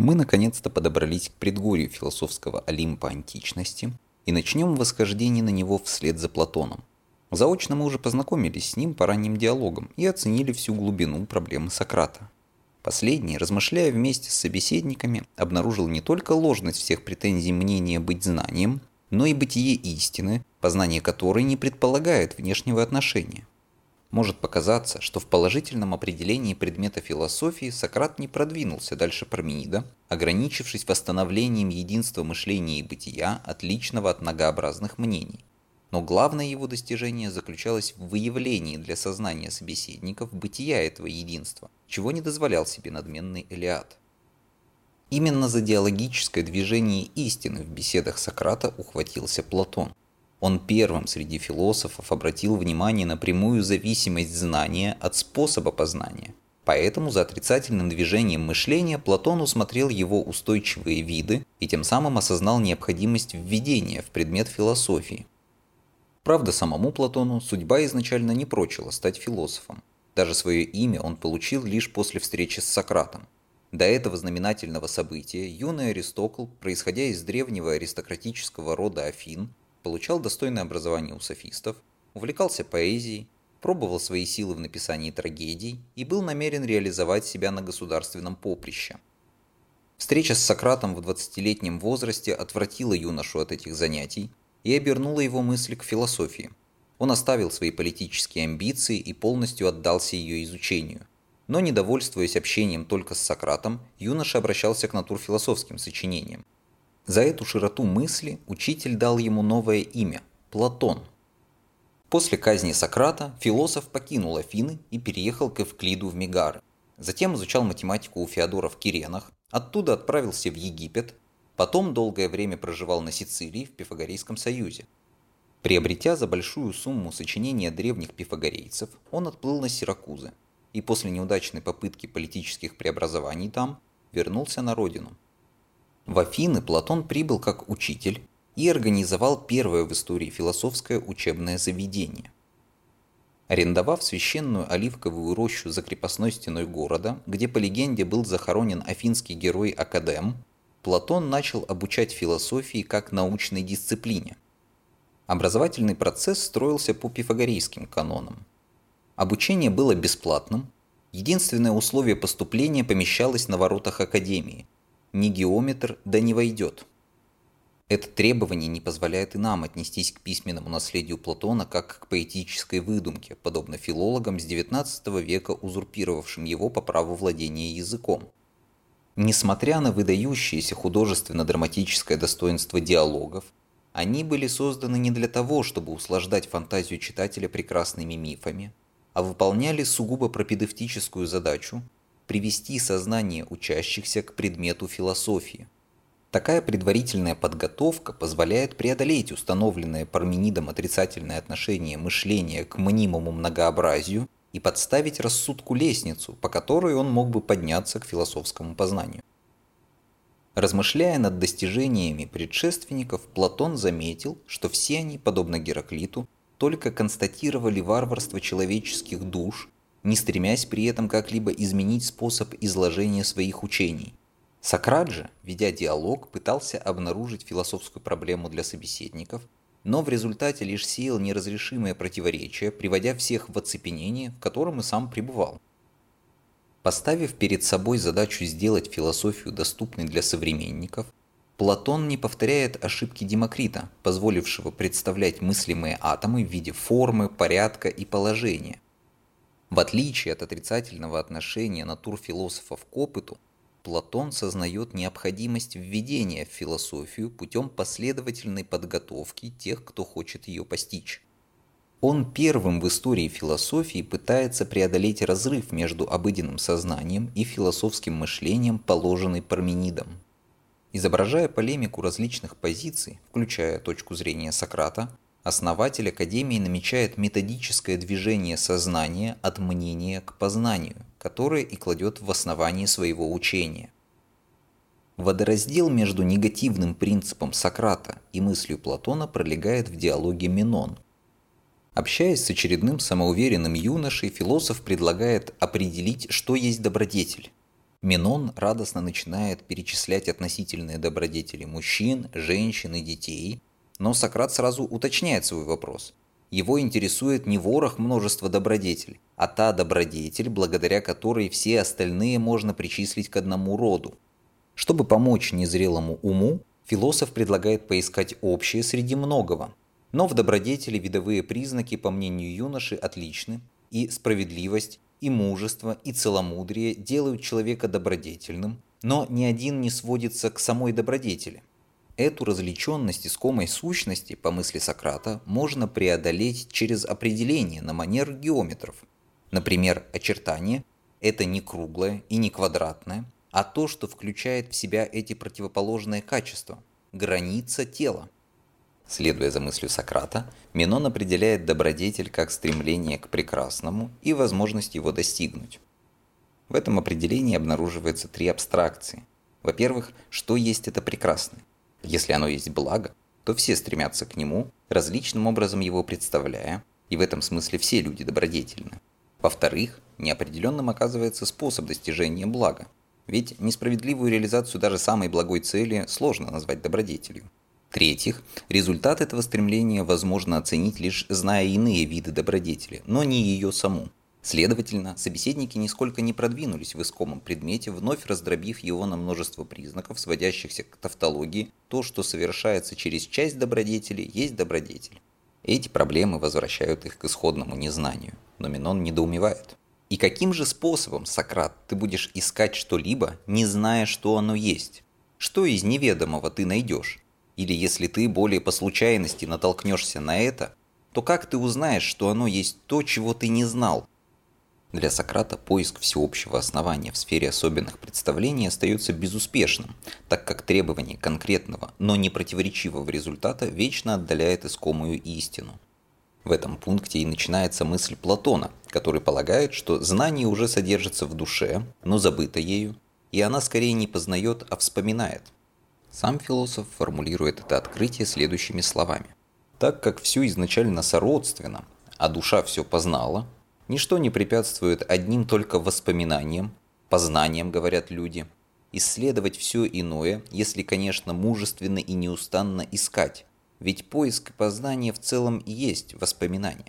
Мы наконец-то подобрались к предгорью философского Олимпа античности и начнем восхождение на него вслед за Платоном. Заочно мы уже познакомились с ним по ранним диалогам и оценили всю глубину проблемы Сократа. Последний, размышляя вместе с собеседниками, обнаружил не только ложность всех претензий мнения быть знанием, но и бытие истины, познание которой не предполагает внешнего отношения. Может показаться, что в положительном определении предмета философии Сократ не продвинулся дальше Парменида, ограничившись восстановлением единства мышления и бытия, отличного от многообразных мнений. Но главное его достижение заключалось в выявлении для сознания собеседников бытия этого единства, чего не дозволял себе надменный Элиад. Именно за диалогическое движение истины в беседах Сократа ухватился Платон. Он первым среди философов обратил внимание на прямую зависимость знания от способа познания. Поэтому за отрицательным движением мышления Платон усмотрел его устойчивые виды и тем самым осознал необходимость введения в предмет философии. Правда, самому Платону судьба изначально не прочила стать философом. Даже свое имя он получил лишь после встречи с Сократом. До этого знаменательного события юный Аристокл, происходя из древнего аристократического рода Афин, получал достойное образование у софистов, увлекался поэзией, пробовал свои силы в написании трагедий и был намерен реализовать себя на государственном поприще. Встреча с Сократом в 20-летнем возрасте отвратила юношу от этих занятий и обернула его мысли к философии. Он оставил свои политические амбиции и полностью отдался ее изучению. Но, недовольствуясь общением только с Сократом, юноша обращался к натурфилософским сочинениям. За эту широту мысли учитель дал ему новое имя – Платон. После казни Сократа философ покинул Афины и переехал к Эвклиду в Мегары. Затем изучал математику у Феодора в Киренах, оттуда отправился в Египет, потом долгое время проживал на Сицилии в Пифагорейском союзе. Приобретя за большую сумму сочинения древних пифагорейцев, он отплыл на Сиракузы и после неудачной попытки политических преобразований там вернулся на родину. В Афины Платон прибыл как учитель и организовал первое в истории философское учебное заведение. Арендовав священную оливковую рощу за крепостной стеной города, где по легенде был захоронен афинский герой Академ, Платон начал обучать философии как научной дисциплине. Образовательный процесс строился по пифагорейским канонам. Обучение было бесплатным, единственное условие поступления помещалось на воротах академии – ни геометр да не войдет. Это требование не позволяет и нам отнестись к письменному наследию Платона как к поэтической выдумке, подобно филологам с XIX века, узурпировавшим его по праву владения языком. Несмотря на выдающееся художественно-драматическое достоинство диалогов, они были созданы не для того, чтобы услаждать фантазию читателя прекрасными мифами, а выполняли сугубо пропедевтическую задачу привести сознание учащихся к предмету философии. Такая предварительная подготовка позволяет преодолеть установленное Парменидом отрицательное отношение мышления к мнимому многообразию и подставить рассудку лестницу, по которой он мог бы подняться к философскому познанию. Размышляя над достижениями предшественников, Платон заметил, что все они, подобно Гераклиту, только констатировали варварство человеческих душ, не стремясь при этом как-либо изменить способ изложения своих учений. Сократ же, ведя диалог, пытался обнаружить философскую проблему для собеседников, но в результате лишь сеял неразрешимые противоречия, приводя всех в оцепенение, в котором и сам пребывал. Поставив перед собой задачу сделать философию доступной для современников, Платон не повторяет ошибки Демокрита, позволившего представлять мыслимые атомы в виде формы, порядка и положения. В отличие от отрицательного отношения натурфилософов к опыту, Платон сознает необходимость введения в философию путем последовательной подготовки тех, кто хочет ее постичь. Он первым в истории философии пытается преодолеть разрыв между обыденным сознанием и философским мышлением, положенный Парменидом. Изображая полемику различных позиций, включая точку зрения Сократа, основатель Академии намечает методическое движение сознания от мнения к познанию, которое и кладет в основание своего учения. Водораздел между негативным принципом Сократа и мыслью Платона пролегает в диалоге Менон. Общаясь с очередным самоуверенным юношей, философ предлагает определить, что есть добродетель. Менон радостно начинает перечислять относительные добродетели мужчин, женщин и детей, но Сократ сразу уточняет свой вопрос. Его интересует не ворох множества добродетелей, а та добродетель, благодаря которой все остальные можно причислить к одному роду. Чтобы помочь незрелому уму, философ предлагает поискать общее среди многого. Но в добродетели видовые признаки, по мнению юноши, отличны, и справедливость, и мужество, и целомудрие делают человека добродетельным, но ни один не сводится к самой добродетели. Эту различенность искомой сущности, по мысли Сократа, можно преодолеть через определение на манер геометров. Например, очертание – это не круглое и не квадратное, а то, что включает в себя эти противоположные качества – граница тела. Следуя за мыслью Сократа, Менон определяет добродетель как стремление к прекрасному и возможность его достигнуть. В этом определении обнаруживается три абстракции. Во-первых, что есть это прекрасное? Если оно есть благо, то все стремятся к нему, различным образом его представляя, и в этом смысле все люди добродетельны. Во-вторых, неопределенным оказывается способ достижения блага, ведь несправедливую реализацию даже самой благой цели сложно назвать добродетелью. В-третьих, результат этого стремления возможно оценить лишь зная иные виды добродетели, но не ее саму. Следовательно, собеседники нисколько не продвинулись в искомом предмете, вновь раздробив его на множество признаков, сводящихся к тавтологии: то, что совершается через часть добродетели, есть добродетель. Эти проблемы возвращают их к исходному незнанию, но Менон недоумевает. И каким же способом, Сократ, ты будешь искать что-либо, не зная, что оно есть? Что из неведомого ты найдешь? Или если ты более по случайности натолкнешься на это, то как ты узнаешь, что оно есть то, чего ты не знал? Для Сократа поиск всеобщего основания в сфере особенных представлений остается безуспешным, так как требование конкретного, но не противоречивого результата вечно отдаляет искомую истину. В этом пункте и начинается мысль Платона, который полагает, что знание уже содержится в душе, но забыто ею, и она скорее не познает, а вспоминает. Сам философ формулирует это открытие следующими словами. Так как все изначально сородственно, а душа все познала, ничто не препятствует одним только воспоминаниям, познаниям, говорят люди, исследовать все иное, если, конечно, мужественно и неустанно искать, ведь поиск и познание в целом и есть воспоминание.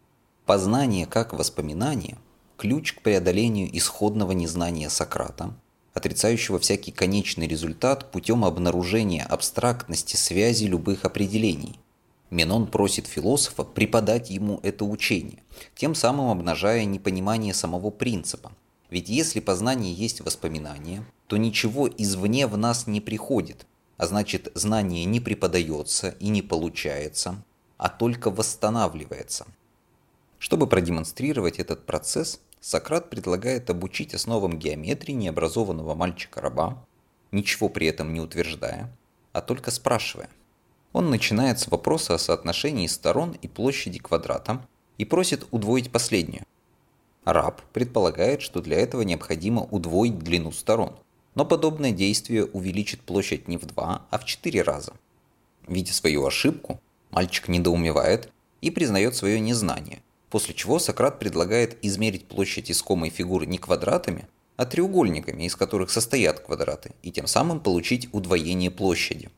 Познание как воспоминание – ключ к преодолению исходного незнания Сократа, отрицающего всякий конечный результат путем обнаружения абстрактности связи любых определений. Менон просит философа преподать ему это учение, тем самым обнажая непонимание самого принципа. Ведь если познание есть воспоминание, то ничего извне в нас не приходит, а значит, знание не преподается и не получается, а только восстанавливается. Чтобы продемонстрировать этот процесс, Сократ предлагает обучить основам геометрии необразованного мальчика-раба, ничего при этом не утверждая, а только спрашивая. Он начинает с вопроса о соотношении сторон и площади квадрата и просит удвоить последнюю. Раб предполагает, что для этого необходимо удвоить длину сторон, но подобное действие увеличит площадь не в 2, а в 4 раза. Видя свою ошибку, мальчик недоумевает и признает свое незнание, после чего Сократ предлагает измерить площадь искомой фигуры не квадратами, а треугольниками, из которых состоят квадраты, и тем самым получить удвоение площади.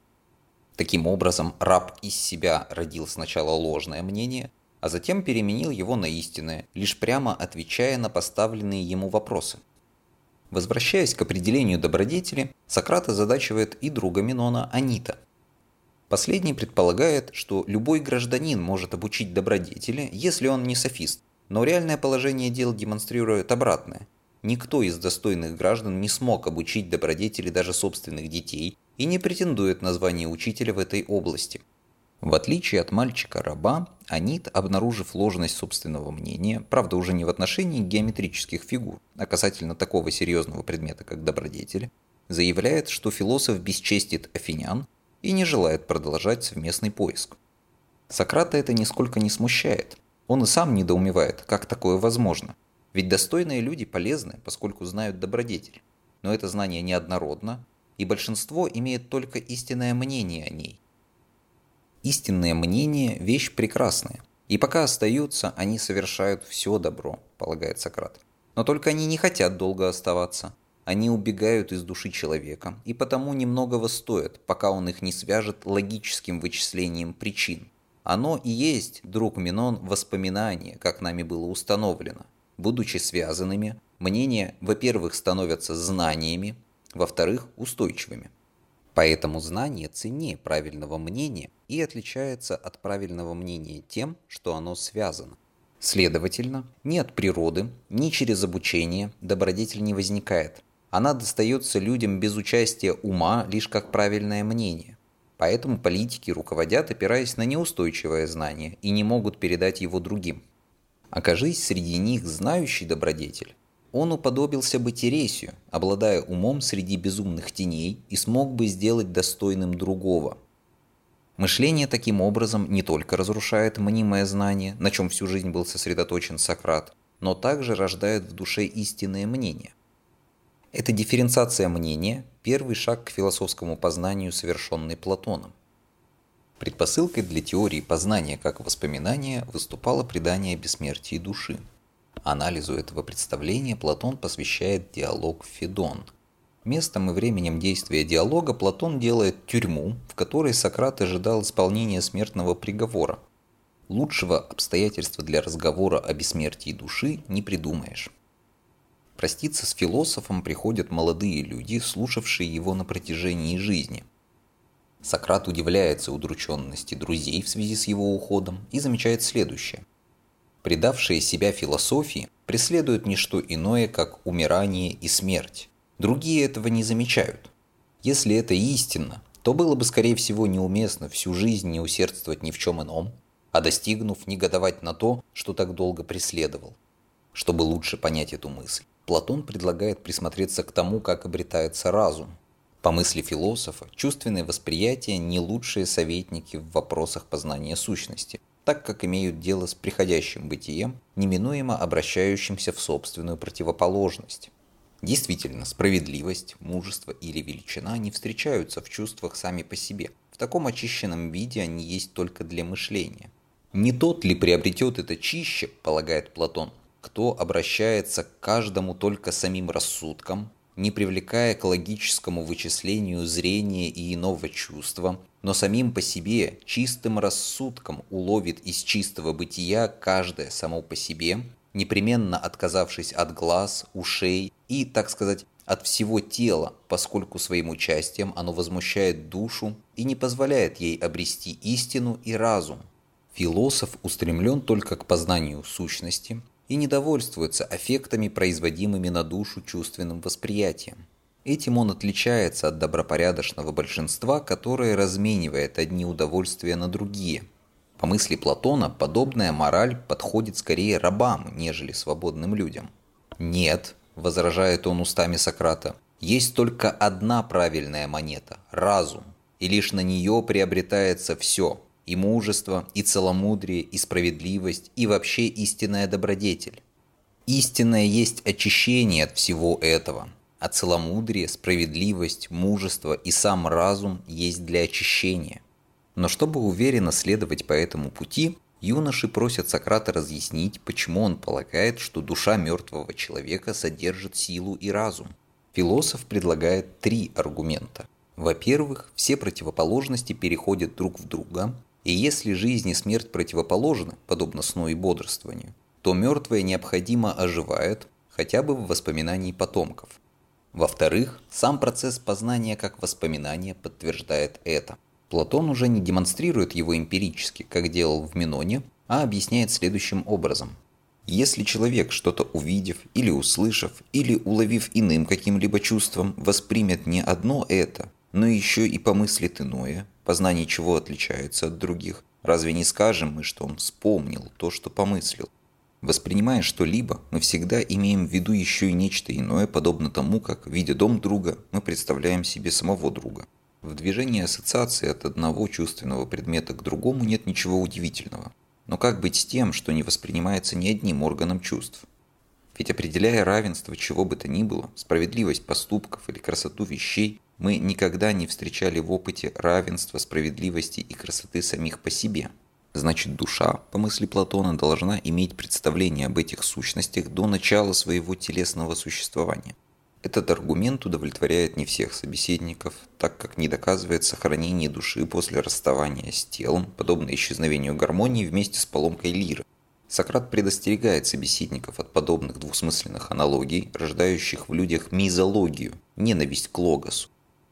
Таким образом, раб из себя родил сначала ложное мнение, а затем переменил его на истинное, лишь прямо отвечая на поставленные ему вопросы. Возвращаясь к определению добродетели, Сократ озадачивает и друга Менона Анита. Последний предполагает, что любой гражданин может обучить добродетели, если он не софист, но реальное положение дел демонстрирует обратное. Никто из достойных граждан не смог обучить добродетели даже собственных детей и не претендует на звание учителя в этой области. В отличие от мальчика-раба, Анит, обнаружив ложность собственного мнения, правда уже не в отношении геометрических фигур, а касательно такого серьезного предмета, как добродетель, заявляет, что философ бесчестит афинян и не желает продолжать совместный поиск. Сократа это нисколько не смущает. Он и сам недоумевает, как такое возможно. Ведь достойные люди полезны, поскольку знают добродетель. Но это знание неоднородно, и большинство имеет только истинное мнение о ней. Истинное мнение – вещь прекрасная, и пока остаются, они совершают все добро, полагает Сократ. Но только они не хотят долго оставаться. Они убегают из души человека и потому немногого стоят, пока он их не свяжет логическим вычислением причин. Оно и есть, друг Минон, воспоминание, как нами было установлено. Будучи связанными, мнения, во-первых, становятся знаниями, во-вторых, устойчивыми. Поэтому знание ценнее правильного мнения и отличается от правильного мнения тем, что оно связано. Следовательно, ни от природы, ни через обучение добродетель не возникает. Она достается людям без участия ума лишь как правильное мнение. Поэтому политики руководят, опираясь на неустойчивое знание, и не могут передать его другим. Окажись среди них знающий добродетель, он уподобился бы Тересию, обладая умом среди безумных теней, и смог бы сделать достойным другого. Мышление таким образом не только разрушает мнимое знание, на чем всю жизнь был сосредоточен Сократ, но также рождает в душе истинное мнение. Эта дифференциация мнения – первый шаг к философскому познанию, совершенный Платоном. Предпосылкой для теории познания как воспоминания выступало предание о бессмертии души. Анализу этого представления Платон посвящает диалог Федон. Местом и временем действия диалога Платон делает тюрьму, в которой Сократ ожидал исполнения смертного приговора. Лучшего обстоятельства для разговора о бессмертии души не придумаешь. Проститься с философом приходят молодые люди, слушавшие его на протяжении жизни. Сократ удивляется удрученности друзей в связи с его уходом и замечает следующее. Предавшие себя философии преследуют не что иное, как умирание и смерть. Другие этого не замечают. Если это истинно, то было бы, скорее всего, неуместно всю жизнь не усердствовать ни в чем ином, а достигнув, негодовать на то, что так долго преследовал. Чтобы лучше понять эту мысль, Платон предлагает присмотреться к тому, как обретается разум. По мысли философа, чувственные восприятия не лучшие советники в вопросах познания сущности, так как имеют дело с приходящим бытием, неминуемо обращающимся в собственную противоположность. Действительно, справедливость, мужество или величина не встречаются в чувствах сами по себе. В таком очищенном виде они есть только для мышления. Не тот ли приобретет это чище, полагает Платон, кто обращается к каждому только самим рассудком, не привлекая к логическому вычислению зрения и иного чувства, но самим по себе, чистым рассудком уловит из чистого бытия каждое само по себе, непременно отказавшись от глаз, ушей и, так сказать, от всего тела, поскольку своим участием оно возмущает душу и не позволяет ей обрести истину и разум. Философ устремлен только к познанию сущности и не довольствуется аффектами, производимыми на душу чувственным восприятием. Этим он отличается от добропорядочного большинства, которое разменивает одни удовольствия на другие. По мысли Платона, подобная мораль подходит скорее рабам, нежели свободным людям. «Нет», – возражает он устами Сократа, – «есть только одна правильная монета – разум, и лишь на нее приобретается все – и мужество, и целомудрие, и справедливость, и вообще истинная добродетель. Истинное есть очищение от всего этого, а целомудрие, справедливость, мужество и сам разум есть для очищения». Но чтобы уверенно следовать по этому пути, юноши просят Сократа разъяснить, почему он полагает, что душа мертвого человека содержит силу и разум. Философ предлагает 3 аргумента. Во-первых, все противоположности переходят друг в друга, и если жизнь и смерть противоположны, подобно сну и бодрствованию, то мертвое необходимо оживает, хотя бы в воспоминании потомков. Во-вторых, сам процесс познания как воспоминания подтверждает это. Платон уже не демонстрирует его эмпирически, как делал в Миноне, а объясняет следующим образом. Если человек, что-то увидев или услышав, или уловив иным каким-либо чувством, воспримет не одно это, но еще и помыслит иное, познание чего отличается от других, разве не скажем мы, что он вспомнил то, что помыслил? Воспринимая что-либо, мы всегда имеем в виду еще и нечто иное, подобно тому, как, видя дом друга, мы представляем себе самого друга. В движении ассоциации от одного чувственного предмета к другому нет ничего удивительного. Но как быть с тем, что не воспринимается ни одним органом чувств? Ведь определяя равенство чего бы то ни было, справедливость поступков или красоту вещей, мы никогда не встречали в опыте равенства, справедливости и красоты самих по себе. Значит, душа, по мысли Платона, должна иметь представление об этих сущностях до начала своего телесного существования. Этот аргумент удовлетворяет не всех собеседников, так как не доказывает сохранение души после расставания с телом, подобно исчезновению гармонии вместе с поломкой лиры. Сократ предостерегает собеседников от подобных двусмысленных аналогий, рождающих в людях мизологию, ненависть к логосу.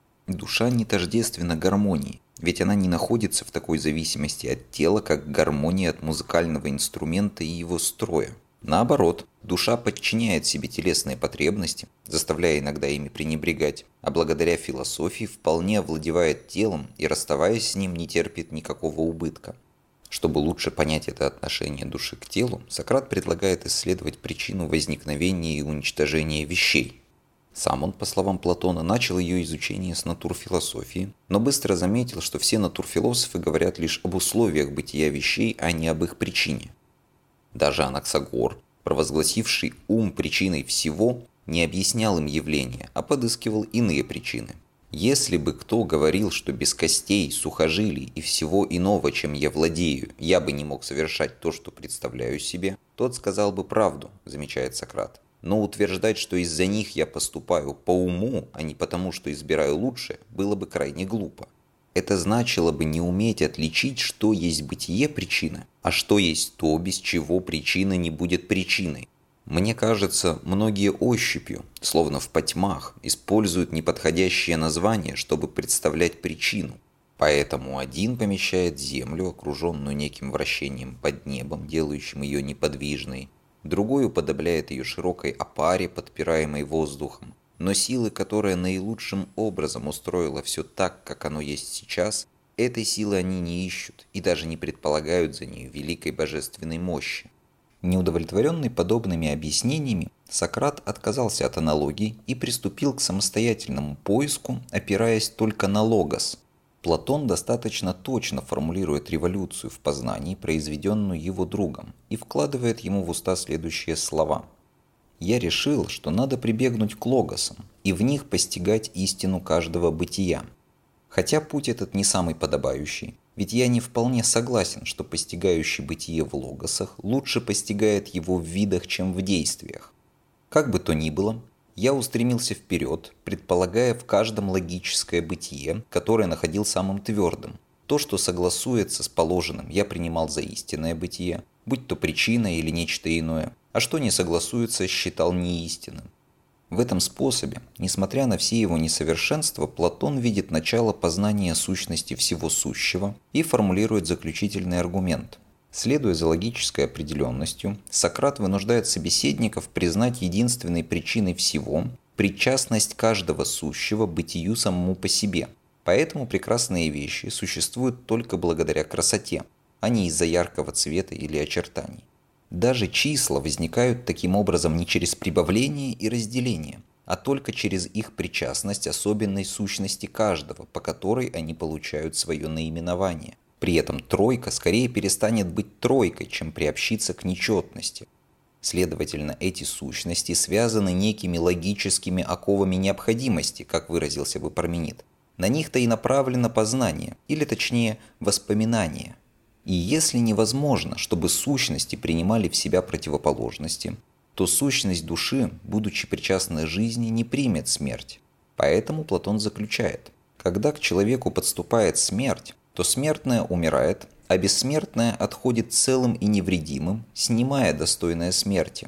Душа не тождественна гармонии, ведь она не находится в такой зависимости от тела, как гармония от музыкального инструмента и его строя. Наоборот, душа подчиняет себе телесные потребности, заставляя иногда ими пренебрегать, а благодаря философии вполне овладевает телом и, расставаясь с ним, не терпит никакого убытка. Чтобы лучше понять это отношение души к телу, Сократ предлагает исследовать причину возникновения и уничтожения вещей. Сам он, по словам Платона, начал ее изучение с натурфилософии, но быстро заметил, что все натурфилософы говорят лишь об условиях бытия вещей, а не об их причине. Даже Анаксагор, провозгласивший ум причиной всего, не объяснял им явления, а подыскивал иные причины. Если бы кто говорил, что без костей, сухожилий и всего иного, чем я владею, я бы не мог совершать то, что представляю себе, тот сказал бы правду, замечает Сократ. Но утверждать, что из-за них я поступаю по уму, а не потому, что избираю лучшее, было бы крайне глупо. Это значило бы не уметь отличить, что есть бытие причина, а что есть то, без чего причина не будет причиной. Мне кажется, многие ощупью, словно в потьмах, используют неподходящее название, чтобы представлять причину. Поэтому один помещает Землю, окруженную неким вращением под небом, делающим ее неподвижной, другой уподобляет ее широкой опаре, подпираемой воздухом. Но силы, которая наилучшим образом устроила все так, как оно есть сейчас, этой силы они не ищут и даже не предполагают за ней великой божественной мощи. Неудовлетворенный подобными объяснениями, Сократ отказался от аналогий и приступил к самостоятельному поиску, опираясь только на логос. Платон достаточно точно формулирует революцию в познании, произведенную его другом, и вкладывает ему в уста следующие слова. «Я решил, что надо прибегнуть к логосам и в них постигать истину каждого бытия. Хотя путь этот не самый подобающий, ведь я не вполне согласен, что постигающий бытие в логосах лучше постигает его в видах, чем в действиях. Как бы то ни было, я устремился вперед, предполагая в каждом логическое бытие, которое находил самым твердым. То, что согласуется с положенным, я принимал за истинное бытие, будь то причина или нечто иное, а что не согласуется, считал неистинным. В этом способе, несмотря на все его несовершенства, Платон видит начало познания сущности всего сущего и формулирует заключительный аргумент. Следуя за логической определенностью, Сократ вынуждает собеседников признать единственной причиной всего причастность каждого сущего бытию самому по себе. Поэтому прекрасные вещи существуют только благодаря красоте, а не из-за яркого цвета или очертаний. Даже числа возникают таким образом не через прибавление и разделение, а только через их причастность особенной сущности каждого, по которой они получают свое наименование. При этом тройка скорее перестанет быть тройкой, чем приобщиться к нечетности. Следовательно, эти сущности связаны некими логическими оковами необходимости, как выразился бы Парменид. На них-то и направлено познание, или точнее воспоминание. И если невозможно, чтобы сущности принимали в себя противоположности, то сущность души, будучи причастной жизни, не примет смерть. Поэтому Платон заключает, когда к человеку подступает смерть, то смертное умирает, а бессмертное отходит целым и невредимым, снимая достойное смерти.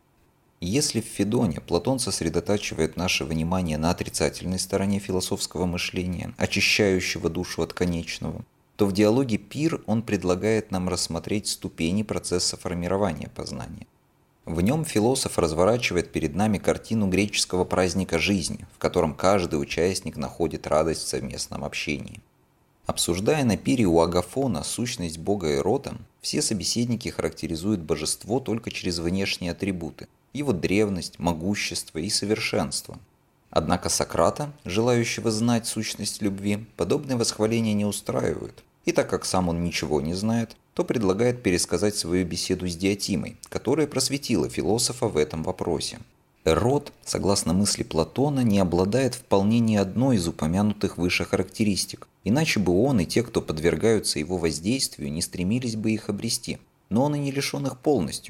Если в Федоне Платон сосредотачивает наше внимание на отрицательной стороне философского мышления, очищающего душу от конечного, то в диалоге «Пир» он предлагает нам рассмотреть ступени процесса формирования познания. В нем философ разворачивает перед нами картину греческого праздника жизни, в котором каждый участник находит радость в совместном общении. Обсуждая на пире у Агафона сущность бога Эрота, все собеседники характеризуют божество только через внешние атрибуты – его древность, могущество и совершенство. Однако Сократа, желающего знать сущность любви, подобные восхваления не устраивают. И так как сам он ничего не знает, то предлагает пересказать свою беседу с Диотимой, которая просветила философа в этом вопросе. Эрот, согласно мысли Платона, не обладает вполне ни одной из упомянутых выше характеристик, иначе бы он и те, кто подвергаются его воздействию, не стремились бы их обрести. Но он и не лишен их полностью,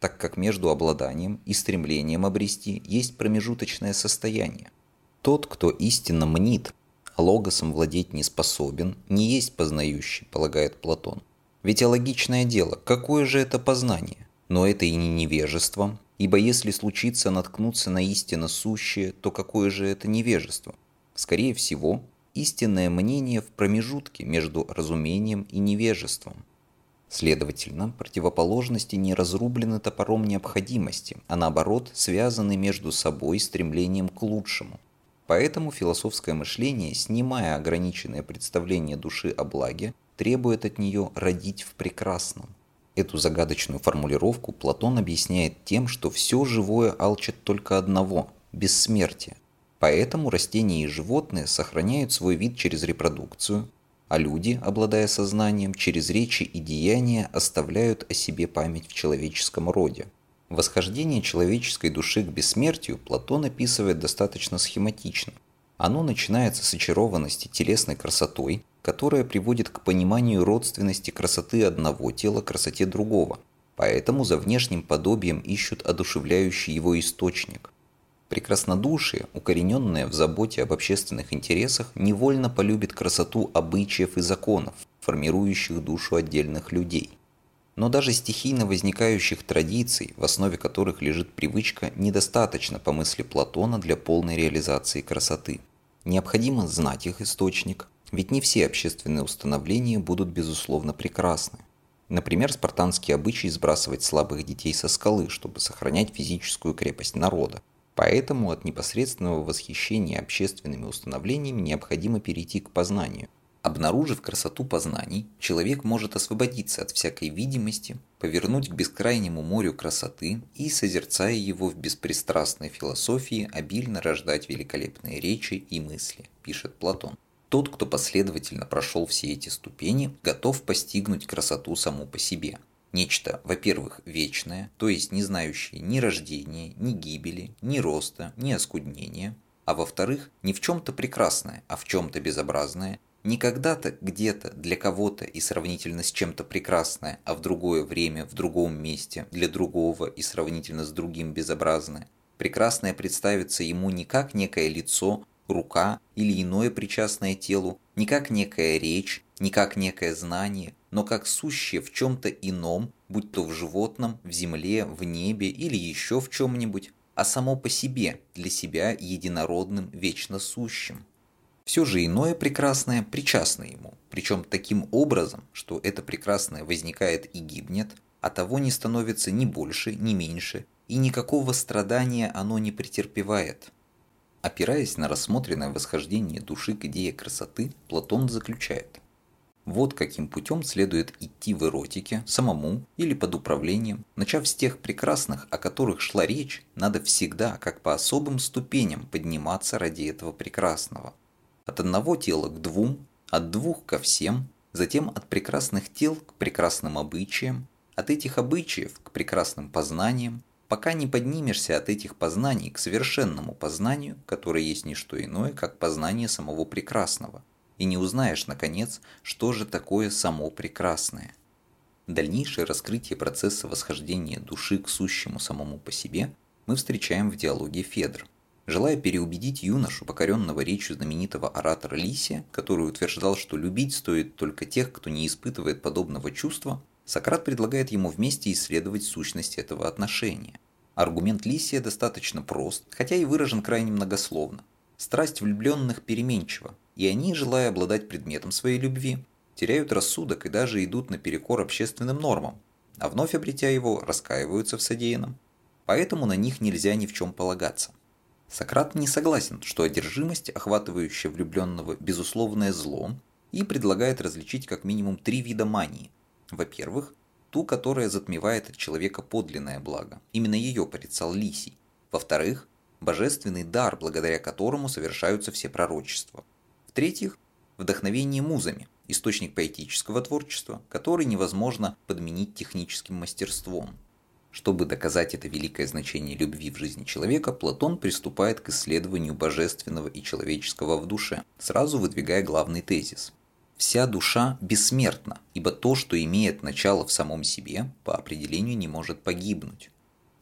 так как между обладанием и стремлением обрести есть промежуточное состояние. Тот, кто истинно мнит, а логосом владеть не способен, не есть познающий, полагает Платон. Ведь логичное дело, какое же это познание? Но это и не невежество, ибо если случится наткнуться на истинно сущее, то какое же это невежество? Скорее всего, истинное мнение в промежутке между разумением и невежеством. Следовательно, противоположности не разрублены топором необходимости, а наоборот связаны между собой стремлением к лучшему. Поэтому философское мышление, снимая ограниченное представление души о благе, требует от нее родить в прекрасном. Эту загадочную формулировку Платон объясняет тем, что все живое алчит только одного – бессмертия. Поэтому растения и животные сохраняют свой вид через репродукцию, а люди, обладая сознанием, через речи и деяния оставляют о себе память в человеческом роде. Восхождение человеческой души к бессмертию Платон описывает достаточно схематично. Оно начинается с очарованности телесной красотой, которая приводит к пониманию родственности красоты одного тела к красоте другого. Поэтому за внешним подобием ищут одушевляющий его источник. Прекраснодушие, укорененное в заботе об общественных интересах, невольно полюбит красоту обычаев и законов, формирующих душу отдельных людей. Но даже стихийно возникающих традиций, в основе которых лежит привычка, недостаточно по мысли Платона для полной реализации красоты. Необходимо знать их источник, ведь не все общественные установления будут безусловно прекрасны. Например, спартанский обычай сбрасывать слабых детей со скалы, чтобы сохранять физическую крепость народа. Поэтому от непосредственного восхищения общественными установлениями необходимо перейти к познанию. Обнаружив красоту познаний, человек может освободиться от всякой видимости, повернуть к бескрайнему морю красоты и, созерцая его в беспристрастной философии, обильно рождать великолепные речи и мысли, пишет Платон. Тот, кто последовательно прошел все эти ступени, готов постигнуть красоту саму по себе. Нечто, во-первых, вечное, то есть не знающее ни рождения, ни гибели, ни роста, ни оскуднения, а во-вторых, не в чем-то прекрасное, а в чем-то безобразное, не когда-то, где-то, для кого-то и сравнительно с чем-то прекрасное, а в другое время, в другом месте, для другого и сравнительно с другим безобразное. Прекрасное представится ему не как некое лицо, рука или иное причастное телу, не как некая речь, не как некое знание, но как сущее в чем-то ином, будь то в животном, в земле, в небе или еще в чем-нибудь, а само по себе, для себя единородным, вечно сущим. Все же иное прекрасное причастно ему, причем таким образом, что это прекрасное возникает и гибнет, а того не становится ни больше, ни меньше, и никакого страдания оно не претерпевает. Опираясь на рассмотренное восхождение души к идее красоты, Платон заключает: вот каким путем следует идти в эротике, самому или под управлением. Начав с тех прекрасных, о которых шла речь, надо всегда, как по особым ступеням, подниматься ради этого прекрасного. От одного тела к двум, от двух ко всем, затем от прекрасных тел к прекрасным обычаям, от этих обычаев к прекрасным познаниям, пока не поднимешься от этих познаний к совершенному познанию, которое есть не что иное, как познание самого прекрасного, и не узнаешь, наконец, что же такое само прекрасное. Дальнейшее раскрытие процесса восхождения души к сущему самому по себе мы встречаем в диалоге Федр. Желая переубедить юношу, покоренного речью знаменитого оратора Лисия, который утверждал, что любить стоит только тех, кто не испытывает подобного чувства, Сократ предлагает ему вместе исследовать сущность этого отношения. Аргумент Лисия достаточно прост, хотя и выражен крайне многословно. Страсть влюбленных переменчива, и они, желая обладать предметом своей любви, теряют рассудок и даже идут наперекор общественным нормам, а вновь обретя его, раскаиваются в содеянном. Поэтому на них нельзя ни в чем полагаться. Сократ не согласен, что одержимость, охватывающая влюбленного, безусловное зло, и предлагает различить как минимум 3 вида мании. Во-первых, ту, которая затмевает от человека подлинное благо. Именно ее порицал Лисий. Во-вторых, божественный дар, благодаря которому совершаются все пророчества. В-третьих, вдохновение музами, источник поэтического творчества, который невозможно подменить техническим мастерством. Чтобы доказать это великое значение любви в жизни человека, Платон приступает к исследованию божественного и человеческого в душе, сразу выдвигая главный тезис. Вся душа бессмертна, ибо то, что имеет начало в самом себе, по определению не может погибнуть.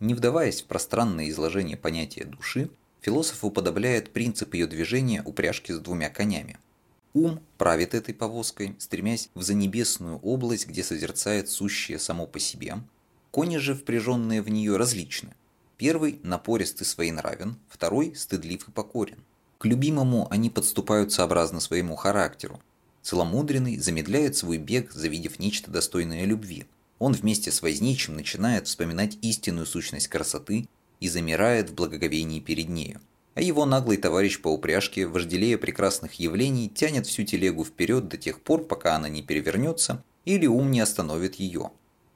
Не вдаваясь в пространное изложение понятия души, философ уподобляет принцип ее движения упряжки с двумя конями. Ум правит этой повозкой, стремясь в занебесную область, где созерцает сущее само по себе. Кони же, впряженные в нее, различны. Первый напорист и своенравен, второй стыдлив и покорен. К любимому они подступают сообразно своему характеру. Целомудренный замедляет свой бег, завидев нечто достойное любви. Он вместе с возничим начинает вспоминать истинную сущность красоты и замирает в благоговении перед нею. А его наглый товарищ по упряжке, вожделея прекрасных явлений, тянет всю телегу вперед до тех пор, пока она не перевернется или ум не остановит ее.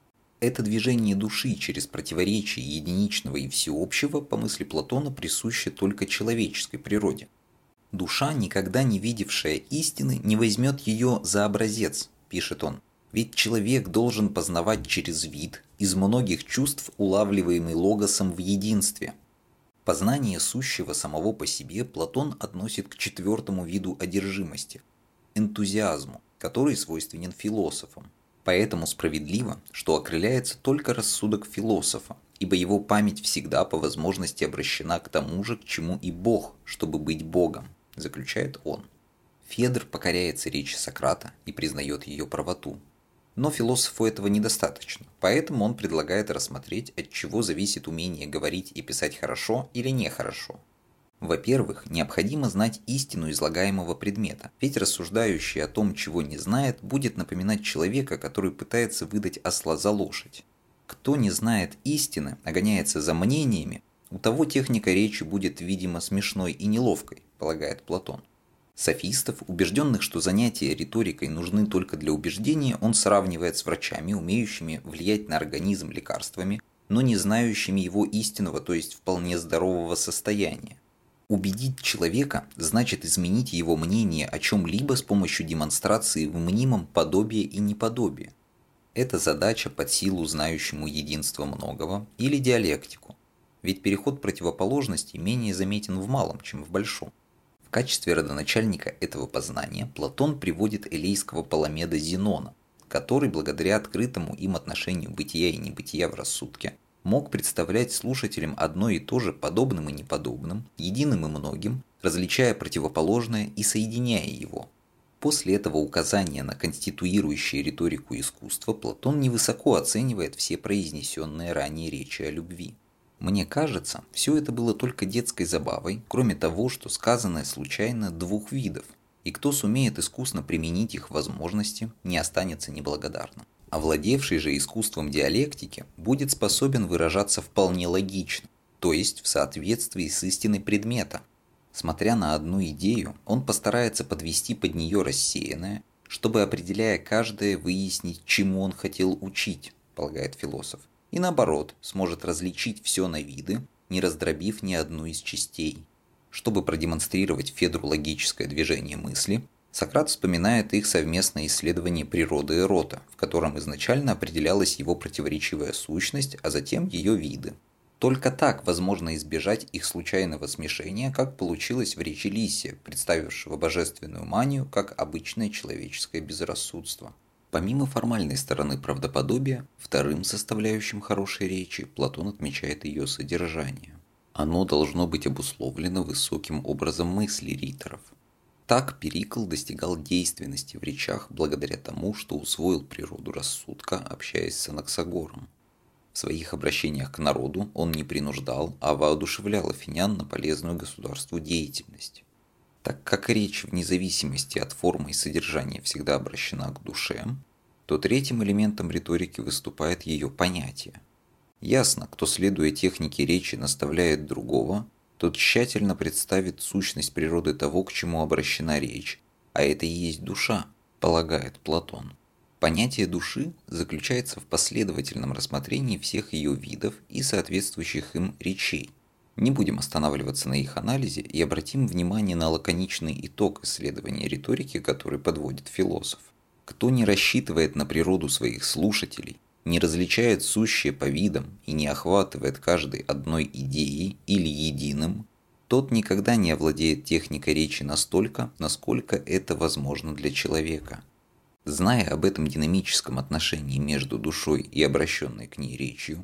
Это движение души через противоречие единичного и всеобщего, по мысли Платона, присуще только человеческой природе. Душа, никогда не видевшая истины, не возьмет ее за образец, пишет он. Ведь человек должен познавать через вид, из многих чувств, улавливаемый логосом в единстве. Познание сущего самого по себе Платон относит к четвертому виду одержимости – энтузиазму, который свойственен философам. Поэтому справедливо, что окрыляется только рассудок философа, ибо его память всегда по возможности обращена к тому же, к чему и Бог, чтобы быть Богом, заключает он. Федр покоряется речи Сократа и признает ее правоту. Но философу этого недостаточно, поэтому он предлагает рассмотреть, от чего зависит умение говорить и писать хорошо или нехорошо. Во-первых, необходимо знать истину излагаемого предмета, ведь рассуждающий о том, чего не знает, будет напоминать человека, который пытается выдать осла за лошадь. Кто не знает истины, а гоняется за мнениями, у того техника речи будет, видимо, смешной и неловкой, полагает Платон. Софистов, убежденных, что занятия риторикой нужны только для убеждения, он сравнивает с врачами, умеющими влиять на организм лекарствами, но не знающими его истинного, то есть вполне здорового состояния. Убедить человека значит изменить его мнение о чем-либо с помощью демонстрации в мнимом подобия и неподобия. Это задача под силу знающему единство многого или диалектику, ведь переход противоположностей менее заметен в малом, чем в большом. В качестве родоначальника этого познания Платон приводит элейского Паламеда Зенона, который, благодаря открытому им отношению бытия и небытия в рассудке, мог представлять слушателям одно и то же подобным и неподобным, единым и многим, различая противоположное и соединяя его. После этого указания на конституирующее риторику искусства Платон невысоко оценивает все произнесенные ранее речи о любви. Мне кажется, все это было только детской забавой, кроме того, что сказанное случайно двух видов, и кто сумеет искусно применить их возможности, не останется неблагодарным. Овладевший же искусством диалектики будет способен выражаться вполне логично, то есть в соответствии с истиной предмета. Смотря на одну идею, он постарается подвести под нее рассеянное, чтобы, определяя каждое, выяснить, чему он хотел учить, полагает философ. И наоборот, сможет различить все на виды, не раздробив ни одну из частей. Чтобы продемонстрировать Федру логическое движение мысли, Сократ вспоминает их совместное исследование природы эрота, в котором изначально определялась его противоречивая сущность, а затем ее виды. Только так возможно избежать их случайного смешения, как получилось в речи Лисия, представившего божественную манию как обычное человеческое безрассудство. Помимо формальной стороны правдоподобия, вторым составляющим хорошей речи Платон отмечает ее содержание. Оно должно быть обусловлено высоким образом мысли риторов. Так Перикл достигал действенности в речах благодаря тому, что усвоил природу рассудка, общаясь с Анаксагором. В своих обращениях к народу он не принуждал, а воодушевлял афинян на полезную государству деятельность. Так как речь вне зависимости от формы и содержания всегда обращена к душе, то третьим элементом риторики выступает ее понятие. Ясно, кто, следуя технике речи, наставляет другого, тот тщательно представит сущность природы того, к чему обращена речь, а это и есть душа, полагает Платон. Понятие души заключается в последовательном рассмотрении всех ее видов и соответствующих им речей. Не будем останавливаться на их анализе и обратим внимание на лаконичный итог исследования риторики, который подводит философ. Кто не рассчитывает на природу своих слушателей, не различает сущее по видам и не охватывает каждой одной идеей или единым, тот никогда не овладеет техникой речи настолько, насколько это возможно для человека. Зная об этом динамическом отношении между душой и обращенной к ней речью,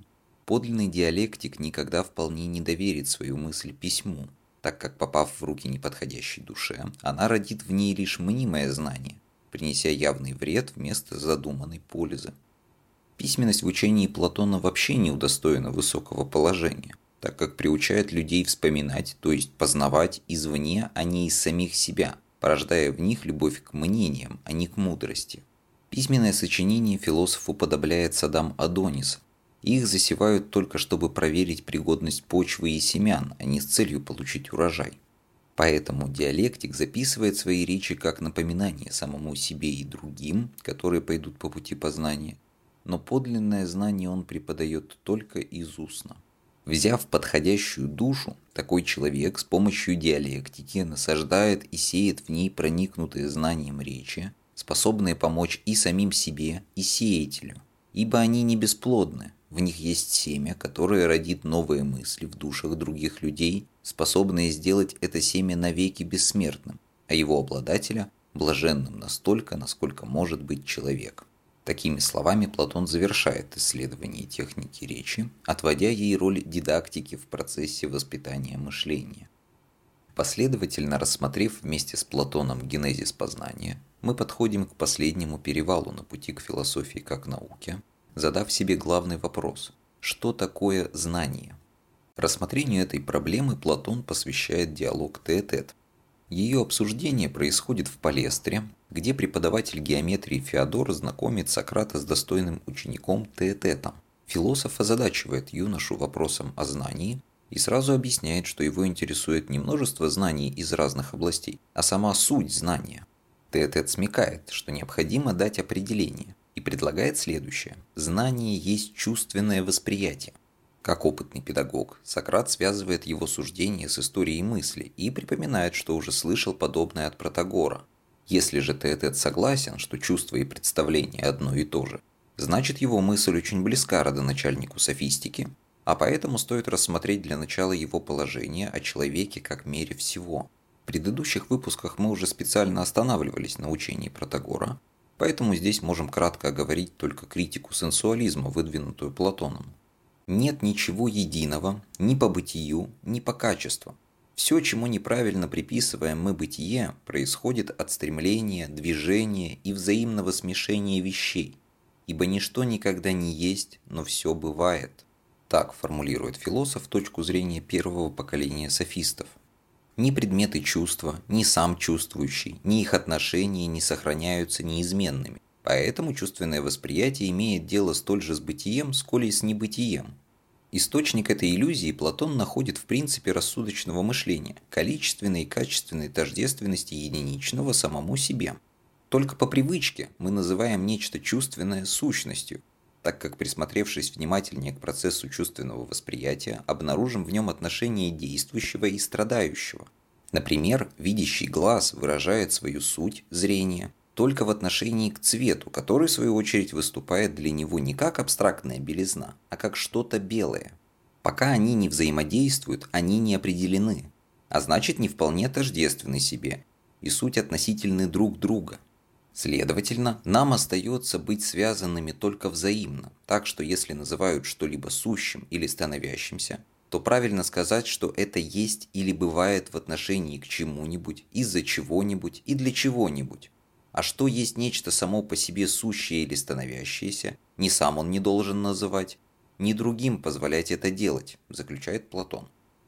Подлинный диалектик никогда вполне не доверит свою мысль письму, так как, попав в руки неподходящей душе, она родит в ней лишь мнимое знание, принеся явный вред вместо задуманной пользы. Письменность в учении Платона вообще не удостоена высокого положения, так как приучает людей вспоминать, то есть познавать извне, а не из самих себя, порождая в них любовь к мнениям, а не к мудрости. Письменное сочинение философ уподобляет садам Адониса. Их засевают только чтобы проверить пригодность почвы и семян, а не с целью получить урожай. Поэтому диалектик записывает свои речи как напоминание самому себе и другим, которые пойдут по пути познания, но подлинное знание он преподает только из устно. Взяв подходящую душу, такой человек с помощью диалектики насаждает и сеет в ней проникнутые знанием речи, способные помочь и самим себе, и сеятелю, ибо они не бесплодны, в них есть семя, которое родит новые мысли в душах других людей, способные сделать это семя навеки бессмертным, а его обладателя блаженным настолько, насколько может быть человек. Такими словами Платон завершает исследование техники речи, отводя ей роль дидактики в процессе воспитания мышления. Последовательно рассмотрев вместе с Платоном генезис познания, мы подходим к последнему перевалу на пути к философии как науке, задав себе главный вопрос – что такое знание? Рассмотрению этой проблемы Платон посвящает диалог тет-а-тет. Ее обсуждение происходит в палестре, где преподаватель геометрии Феодор знакомит Сократа с достойным учеником тет-а-тетом. Философ озадачивает юношу вопросом о знании и сразу объясняет, что его интересует не множество знаний из разных областей, а сама суть знания. Тет-а-тет смекает, что необходимо дать определение, и предлагает следующее. Знание есть чувственное восприятие. Как опытный педагог, Сократ связывает его суждение с историей мысли и припоминает, что уже слышал подобное от Протагора. Если же тет-а-тет согласен, что чувство и представление одно и то же, значит его мысль очень близка родоначальнику софистики, а поэтому стоит рассмотреть для начала его положение о человеке как мере всего. В предыдущих выпусках мы уже специально останавливались на учении Протагора, поэтому здесь можем кратко оговорить только критику сенсуализма, выдвинутую Платоном. Нет ничего единого ни по бытию, ни по качеству. Все, чему неправильно приписываем мы бытие, происходит от стремления, движения и взаимного смешения вещей, ибо ничто никогда не есть, но все бывает. Так формулирует философ точку зрения первого поколения софистов. Ни предметы чувства, ни сам чувствующий, ни их отношения не сохраняются неизменными. Поэтому чувственное восприятие имеет дело столь же с бытием, сколь и с небытием. Источник этой иллюзии Платон находит в принципе рассудочного мышления, количественной и качественной тождественности единичного самому себе. Только по привычке мы называем нечто чувственное сущностью, так как, присмотревшись внимательнее к процессу чувственного восприятия, обнаружим в нем отношение действующего и страдающего. Например, видящий глаз выражает свою суть, зрение, только в отношении к цвету, который в свою очередь выступает для него не как абстрактная белизна, а как что-то белое. Пока они не взаимодействуют, они не определены, а значит не вполне тождественны себе, и суть относительны друг друга. Следовательно, нам остается быть связанными только взаимно, так что если называют что-либо сущим или становящимся, то правильно сказать, что это есть или бывает в отношении к чему-нибудь, из-за чего-нибудь и для чего-нибудь. А что есть нечто само по себе сущее или становящееся, ни сам он не должен называть, ни другим позволять это делать, заключает Платон.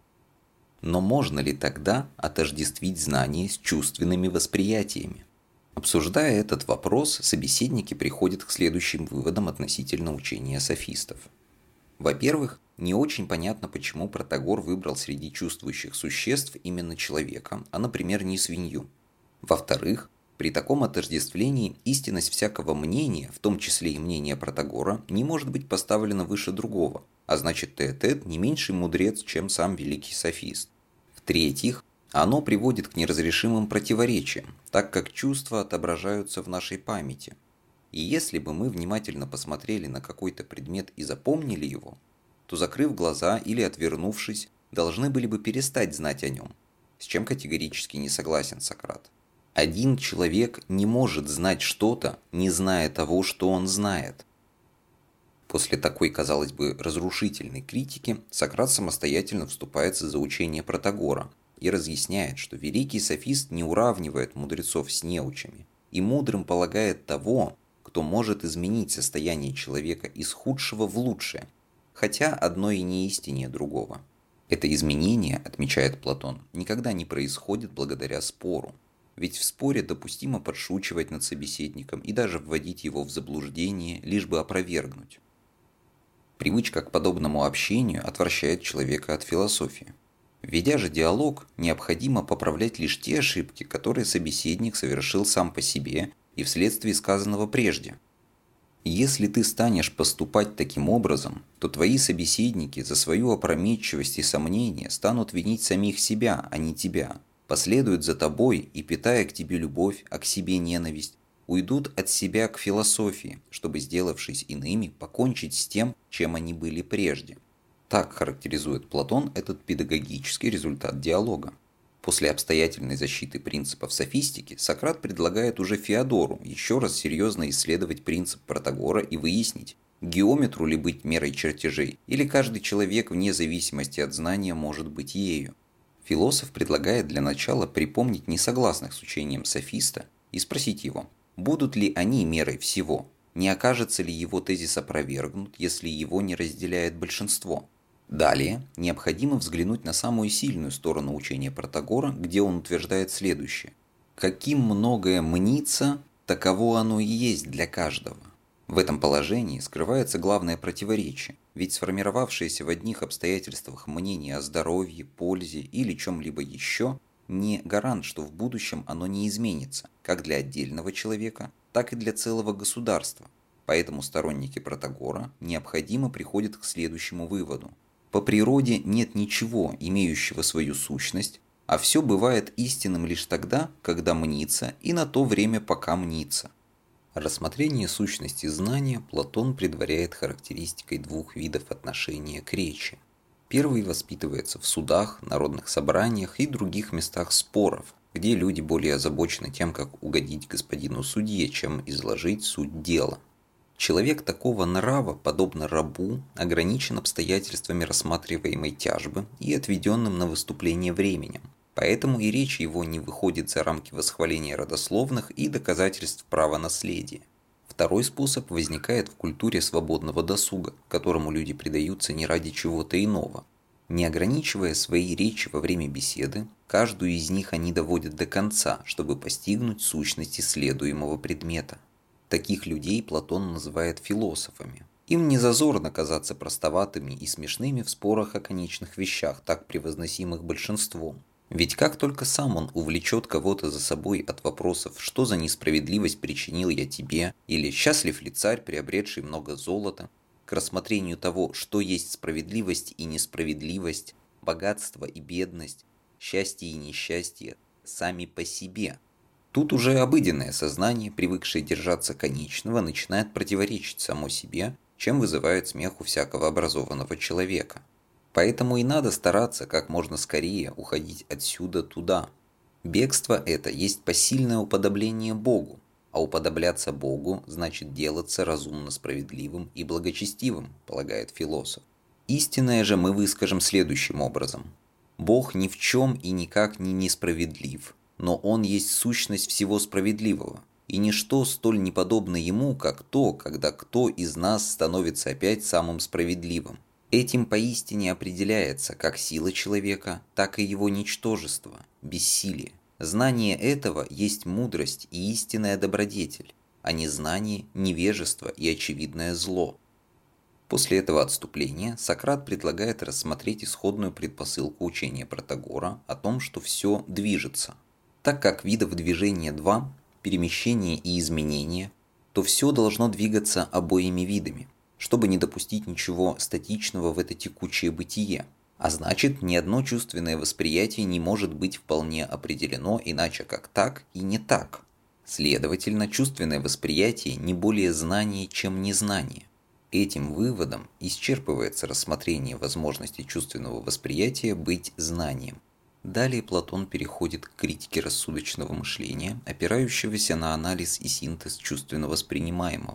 Но можно ли тогда отождествить знание с чувственными восприятиями? Обсуждая этот вопрос, собеседники приходят к следующим выводам относительно учения софистов. Во-первых, не очень понятно, почему Протагор выбрал среди чувствующих существ именно человека, а, например, не свинью. Во-вторых, при таком отождествлении истинность всякого мнения, в том числе и мнения Протагора, не может быть поставлена выше другого, а значит тет-а-тет не меньший мудрец, чем сам великий софист. В-третьих, оно приводит к неразрешимым противоречиям, так как чувства отображаются в нашей памяти. И если бы мы внимательно посмотрели на какой-то предмет и запомнили его, то, закрыв глаза или отвернувшись, должны были бы перестать знать о нем, с чем категорически не согласен Сократ. Один человек не может знать что-то, не зная того, что он знает. После такой, казалось бы, разрушительной критики Сократ самостоятельно вступается за учение Протагора и разъясняет, что великий софист не уравнивает мудрецов с неучами и мудрым полагает того, кто может изменить состояние человека из худшего в лучшее, хотя одно и не истиннее другого. Это изменение, отмечает Платон, никогда не происходит благодаря спору. Ведь в споре допустимо подшучивать над собеседником и даже вводить его в заблуждение, лишь бы опровергнуть. Привычка к подобному общению отвращает человека от философии. Ведя же диалог, необходимо поправлять лишь те ошибки, которые собеседник совершил сам по себе и вследствие сказанного прежде. Если ты станешь поступать таким образом, то твои собеседники за свою опрометчивость и сомнение станут винить самих себя, а не тебя, последуют за тобой и, питая к тебе любовь, а к себе ненависть, уйдут от себя к философии, чтобы, сделавшись иными, покончить с тем, чем они были прежде. Так характеризует Платон этот педагогический результат диалога. После обстоятельной защиты принципов софистики Сократ предлагает уже Феодору еще раз серьезно исследовать принцип Протагора и выяснить, геометру ли быть мерой чертежей, или каждый человек вне зависимости от знания может быть ею. Философ предлагает для начала припомнить несогласных с учением софиста и спросить его, будут ли они мерой всего, не окажется ли его тезис опровергнут, если его не разделяет большинство. Далее необходимо взглянуть на самую сильную сторону учения Протагора, где он утверждает следующее. «Каким многое мнится, таково оно и есть для каждого». В этом положении скрывается главное противоречие, ведь сформировавшееся в одних обстоятельствах мнение о здоровье, пользе или чем-либо еще не гарант, что в будущем оно не изменится, как для отдельного человека, так и для целого государства. Поэтому сторонники Протагора необходимо приходят к следующему выводу. По природе нет ничего, имеющего свою сущность, а все бывает истинным лишь тогда, когда мнится, и на то время, пока мнится. Рассмотрение сущности знания Платон предваряет характеристикой двух видов отношения к речи. Первый воспитывается в судах, народных собраниях и других местах споров, где люди более озабочены тем, как угодить господину судье, чем изложить суть дела. Человек такого нрава, подобно рабу, ограничен обстоятельствами рассматриваемой тяжбы и отведенным на выступление временем, поэтому и речь его не выходит за рамки восхваления родословных и доказательств права наследия. Второй способ возникает в культуре свободного досуга, которому люди предаются не ради чего-то иного. Не ограничивая свои речи во время беседы, каждую из них они доводят до конца, чтобы постигнуть сущность исследуемого предмета. Таких людей Платон называет философами. Им не зазорно казаться простоватыми и смешными в спорах о конечных вещах, так превозносимых большинством. Ведь как только сам он увлечет кого-то за собой от вопросов «что за несправедливость причинил я тебе?» или «счастлив ли царь, приобретший много золота?» к рассмотрению того, что есть справедливость и несправедливость, богатство и бедность, счастье и несчастье сами по себе. Тут уже обыденное сознание, привыкшее держаться конечного, начинает противоречить само себе, чем вызывает смех у всякого образованного человека. Поэтому и надо стараться как можно скорее уходить отсюда туда. Бегство это есть посильное уподобление Богу, а уподобляться Богу значит делаться разумно справедливым и благочестивым, полагает философ. Истинное же мы выскажем следующим образом. Бог ни в чем и никак не несправедлив, но Он есть сущность всего справедливого, и ничто столь не подобно Ему, как то, когда кто из нас становится опять самым справедливым. Этим поистине определяется как сила человека, так и его ничтожество, бессилие. Знание этого есть мудрость и истинная добродетель, а незнание – невежество и очевидное зло. После этого отступления Сократ предлагает рассмотреть исходную предпосылку учения Протагора о том, что все движется. Так как видов движения два – перемещение и изменение, то все должно двигаться обоими видами, чтобы не допустить ничего статичного в это текучее бытие. А значит, ни одно чувственное восприятие не может быть вполне определено иначе как так и не так. Следовательно, чувственное восприятие не более знание, чем незнание. Этим выводом исчерпывается рассмотрение возможности чувственного восприятия быть знанием. Далее Платон переходит к критике рассудочного мышления, опирающегося на анализ и синтез чувственно воспринимаемого.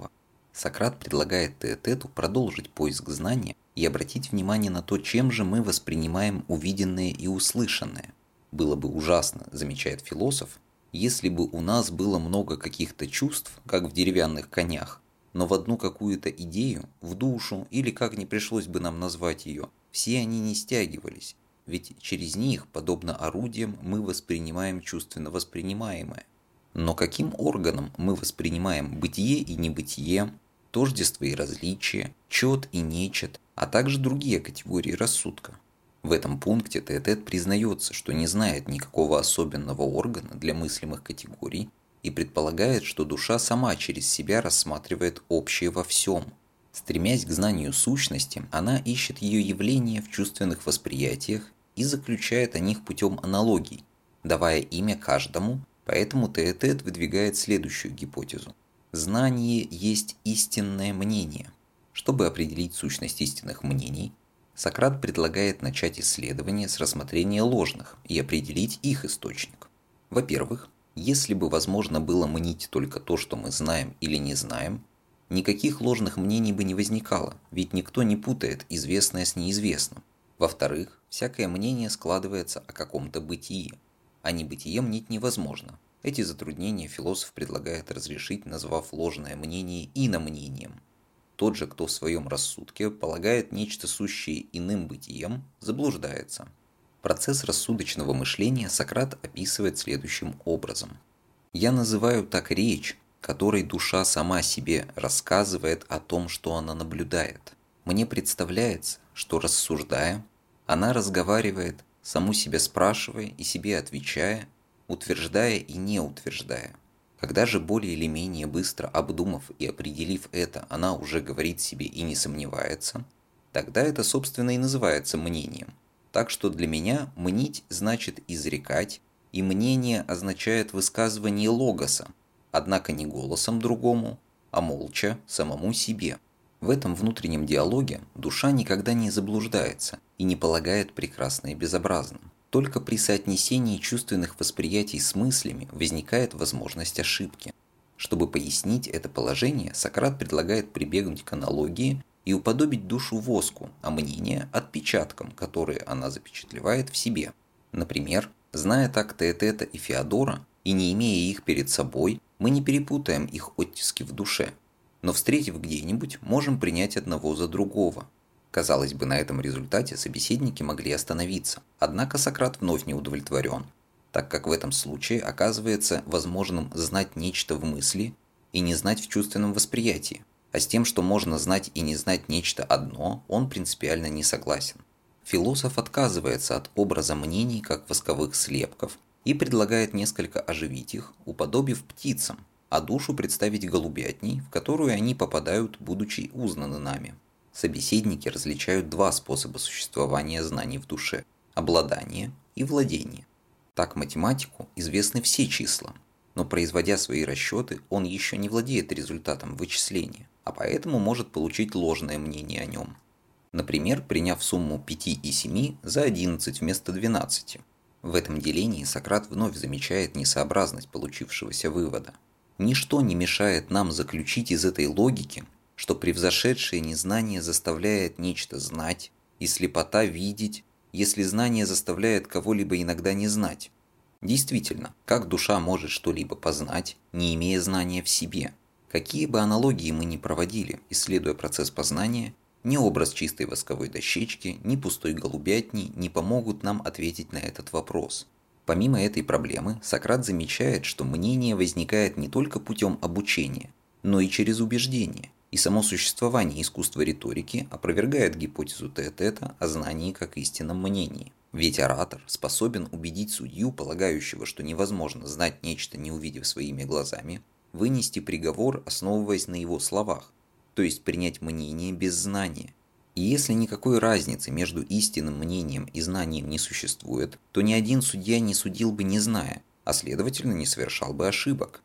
Сократ предлагает Теотету продолжить поиск знания и обратить внимание на то, чем же мы воспринимаем увиденное и услышанное. Было бы ужасно, замечает философ, если бы у нас было много каких-то чувств, как в деревянных конях, но в одну какую-то идею, в душу, или как ни пришлось бы нам назвать ее, все они не стягивались, ведь через них, подобно орудиям, мы воспринимаем чувственно воспринимаемое. Но каким органом мы воспринимаем бытие и небытие, тождество и различие, чет и нечет, а также другие категории рассудка? В этом пункте Теотет признается, что не знает никакого особенного органа для мыслимых категорий и предполагает, что душа сама через себя рассматривает общее во всем. Стремясь к знанию сущности, она ищет ее явления в чувственных восприятиях и заключает о них путем аналогий, давая имя каждому, поэтому Теотет выдвигает следующую гипотезу. Знание есть истинное мнение. Чтобы определить сущность истинных мнений, Сократ предлагает начать исследование с рассмотрения ложных и определить их источник. Во-первых, если бы возможно было мнить только то, что мы знаем или не знаем, никаких ложных мнений бы не возникало, ведь никто не путает известное с неизвестным. Во-вторых, всякое мнение складывается о каком-то бытии, а небытие мнить невозможно. Эти затруднения философ предлагает разрешить, назвав ложное мнение иномнением. Тот же, кто в своем рассудке полагает нечто сущее иным бытием, заблуждается. Процесс рассудочного мышления Сократ описывает следующим образом. «Я называю так речь, которой душа сама себе рассказывает о том, что она наблюдает. Мне представляется, что, рассуждая, она разговаривает, саму себя спрашивая и себе отвечая, утверждая и не утверждая. Когда же более или менее быстро обдумав и определив это, она уже говорит себе и не сомневается, тогда это, собственно, и называется мнением. Так что для меня мнить значит изрекать, и мнение означает высказывание логоса, однако не голосом другому, а молча самому себе. В этом внутреннем диалоге душа никогда не заблуждается и не полагает прекрасное безобразным. Только при соотнесении чувственных восприятий с мыслями возникает возможность ошибки. Чтобы пояснить это положение, Сократ предлагает прибегнуть к аналогии и уподобить душу воску, а мнение – отпечаткам, которые она запечатлевает в себе. Например, зная так Теотета и Феодора и не имея их перед собой, мы не перепутаем их оттиски в душе, но встретив где-нибудь, можем принять одного за другого. Казалось бы, на этом результате собеседники могли остановиться, однако Сократ вновь не удовлетворен, так как в этом случае оказывается возможным знать нечто в мысли и не знать в чувственном восприятии, а с тем, что можно знать и не знать нечто одно, он принципиально не согласен. Философ отказывается от образа мнений как восковых слепков и предлагает несколько оживить их, уподобив птицам, а душу представить голубятней, в которую они попадают, будучи узнаны нами. Собеседники различают два способа существования знаний в душе – обладание и владение. Так математику известны все числа, но производя свои расчеты, он еще не владеет результатом вычисления, а поэтому может получить ложное мнение о нем. Например, приняв сумму 5 и 7 за 11 вместо 12. В этом делении Сократ вновь замечает несообразность получившегося вывода. Ничто не мешает нам заключить из этой логики, что превзошедшее незнание заставляет нечто знать, и слепота видеть, если знание заставляет кого-либо иногда не знать. Действительно, как душа может что-либо познать, не имея знания в себе? Какие бы аналогии мы ни проводили, исследуя процесс познания, ни образ чистой восковой дощечки, ни пустой голубятни не помогут нам ответить на этот вопрос. Помимо этой проблемы, Сократ замечает, что мнение возникает не только путем обучения, но и через убеждение, и само существование искусства риторики опровергает гипотезу Теотета о знании как истинном мнении. Ведь оратор способен убедить судью, полагающего, что невозможно знать нечто, не увидев своими глазами, вынести приговор, основываясь на его словах, то есть принять мнение без знания. И если никакой разницы между истинным мнением и знанием не существует, то ни один судья не судил бы не зная, а следовательно не совершал бы ошибок.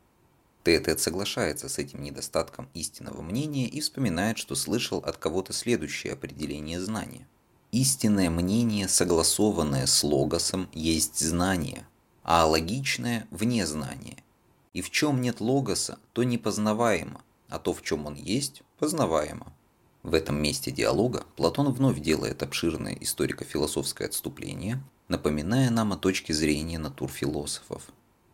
Теотет соглашается с этим недостатком истинного мнения и вспоминает, что слышал от кого-то следующее определение знания. Истинное мнение, согласованное с логосом, есть знание, а логичное – вне знания. И в чем нет логоса, то непознаваемо, а то, в чем он есть, познаваемо. В этом месте диалога Платон вновь делает обширное историко-философское отступление, напоминая нам о точке зрения натурфилософов.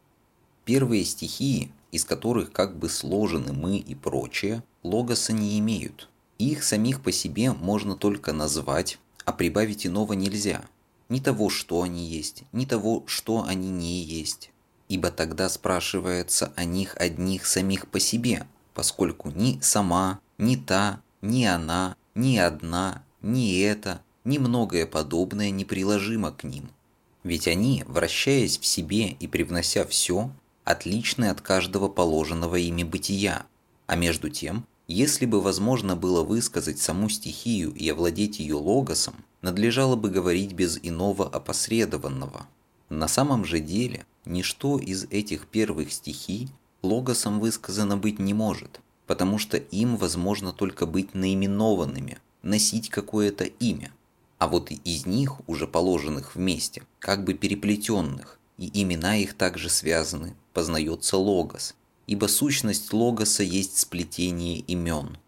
Первые стихии, из которых как бы сложены мы и прочее, логоса не имеют. Их самих по себе можно только назвать, а прибавить иного нельзя. Ни того, что они есть, ни того, что они не есть. Ибо тогда спрашивается о них одних самих по себе, поскольку ни сама, ни та, ни она, ни одна, ни это, ни многое подобное не приложимо к ним. Ведь они, вращаясь в себе и привнося все, отличны от каждого положенного ими бытия. А между тем, если бы возможно было высказать саму стихию и овладеть ее логосом, надлежало бы говорить без иного опосредованного. На самом же деле, ничто из этих первых стихий логосом высказано быть не может, потому что им возможно только быть наименованными, носить какое-то имя. А вот из них, уже положенных вместе, как бы переплетенных, и имена их также связаны, познается логос, ибо сущность логоса есть сплетение имен.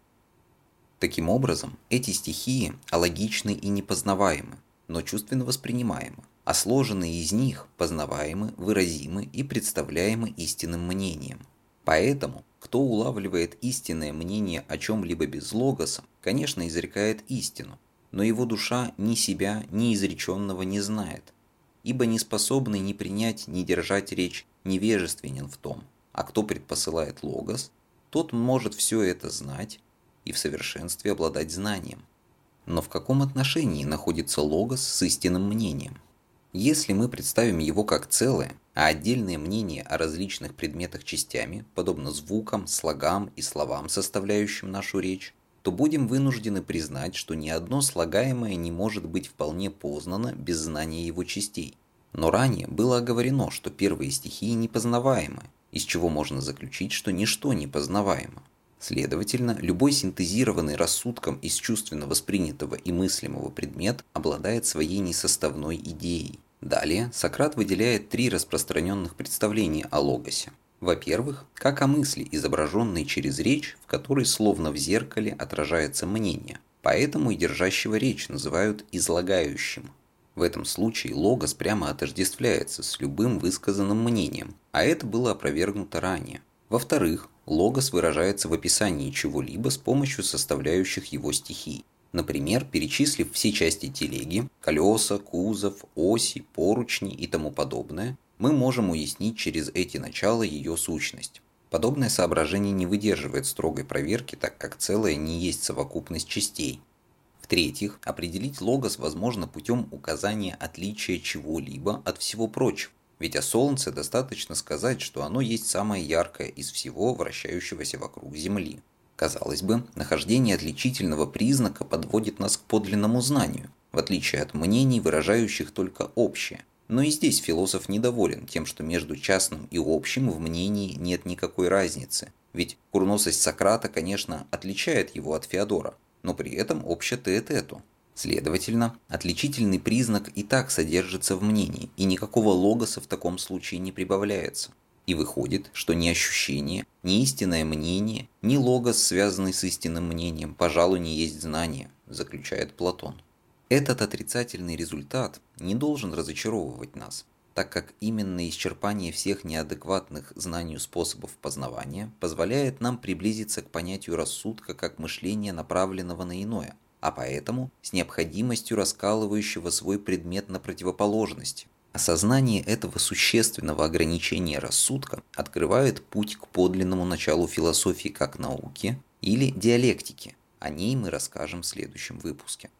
Таким образом, эти стихии алогичны и непознаваемы, но чувственно воспринимаемы, а сложенные из них познаваемы, выразимы и представляемы истинным мнением. Поэтому, кто улавливает истинное мнение о чем-либо без логоса, конечно, изрекает истину, но его душа ни себя, ни изреченного не знает, ибо не способный ни принять, ни держать речь невежественен в том, а кто предпосылает логос, тот может все это знать и в совершенстве обладать знанием. Но в каком отношении находится логос с истинным мнением? Если мы представим его как целое, а отдельные мнения о различных предметах частями, подобно звукам, слогам и словам, составляющим нашу речь, то будем вынуждены признать, что ни одно слагаемое не может быть вполне познано без знания его частей. Но ранее было оговорено, что первые стихии непознаваемы, из чего можно заключить, что ничто не познаваемо. Следовательно, любой синтезированный рассудком из чувственно воспринятого и мыслимого предмет обладает своей несоставной идеей. Далее Сократ выделяет три распространенных представления о логосе. Во-первых, как о мысли, изображенной через речь, в которой словно в зеркале отражается мнение, поэтому и держащего речь называют излагающим. В этом случае логос прямо отождествляется с любым высказанным мнением, а это было опровергнуто ранее. Во-вторых, логос выражается в описании чего-либо с помощью составляющих его стихий. Например, перечислив все части телеги, колеса, кузов, оси, поручни и тому подобное, мы можем уяснить через эти начала ее сущность. Подобное соображение не выдерживает строгой проверки, так как целое не есть совокупность частей. В-третьих, определить логос возможно путем указания отличия чего-либо от всего прочего. Ведь о Солнце достаточно сказать, что оно есть самое яркое из всего вращающегося вокруг Земли. Казалось бы, нахождение отличительного признака подводит нас к подлинному знанию, в отличие от мнений, выражающих только общее. Но и здесь философ недоволен тем, что между частным и общим в мнении нет никакой разницы. Ведь курносость Сократа, конечно, отличает его от Феодора, но при этом обща тет-эту. Следовательно, отличительный признак и так содержится в мнении, и никакого логоса в таком случае не прибавляется. И выходит, что ни ощущение, ни истинное мнение, ни логос, связанный с истинным мнением, пожалуй, не есть знание, заключает Платон. Этот отрицательный результат не должен разочаровывать нас, так как именно исчерпание всех неадекватных знанию способов познавания позволяет нам приблизиться к понятию рассудка как мышления, направленного на иное, а поэтому с необходимостью раскалывающего свой предмет на противоположности. Осознание этого существенного ограничения рассудка открывает путь к подлинному началу философии как науки или диалектики. О ней мы расскажем в следующем выпуске.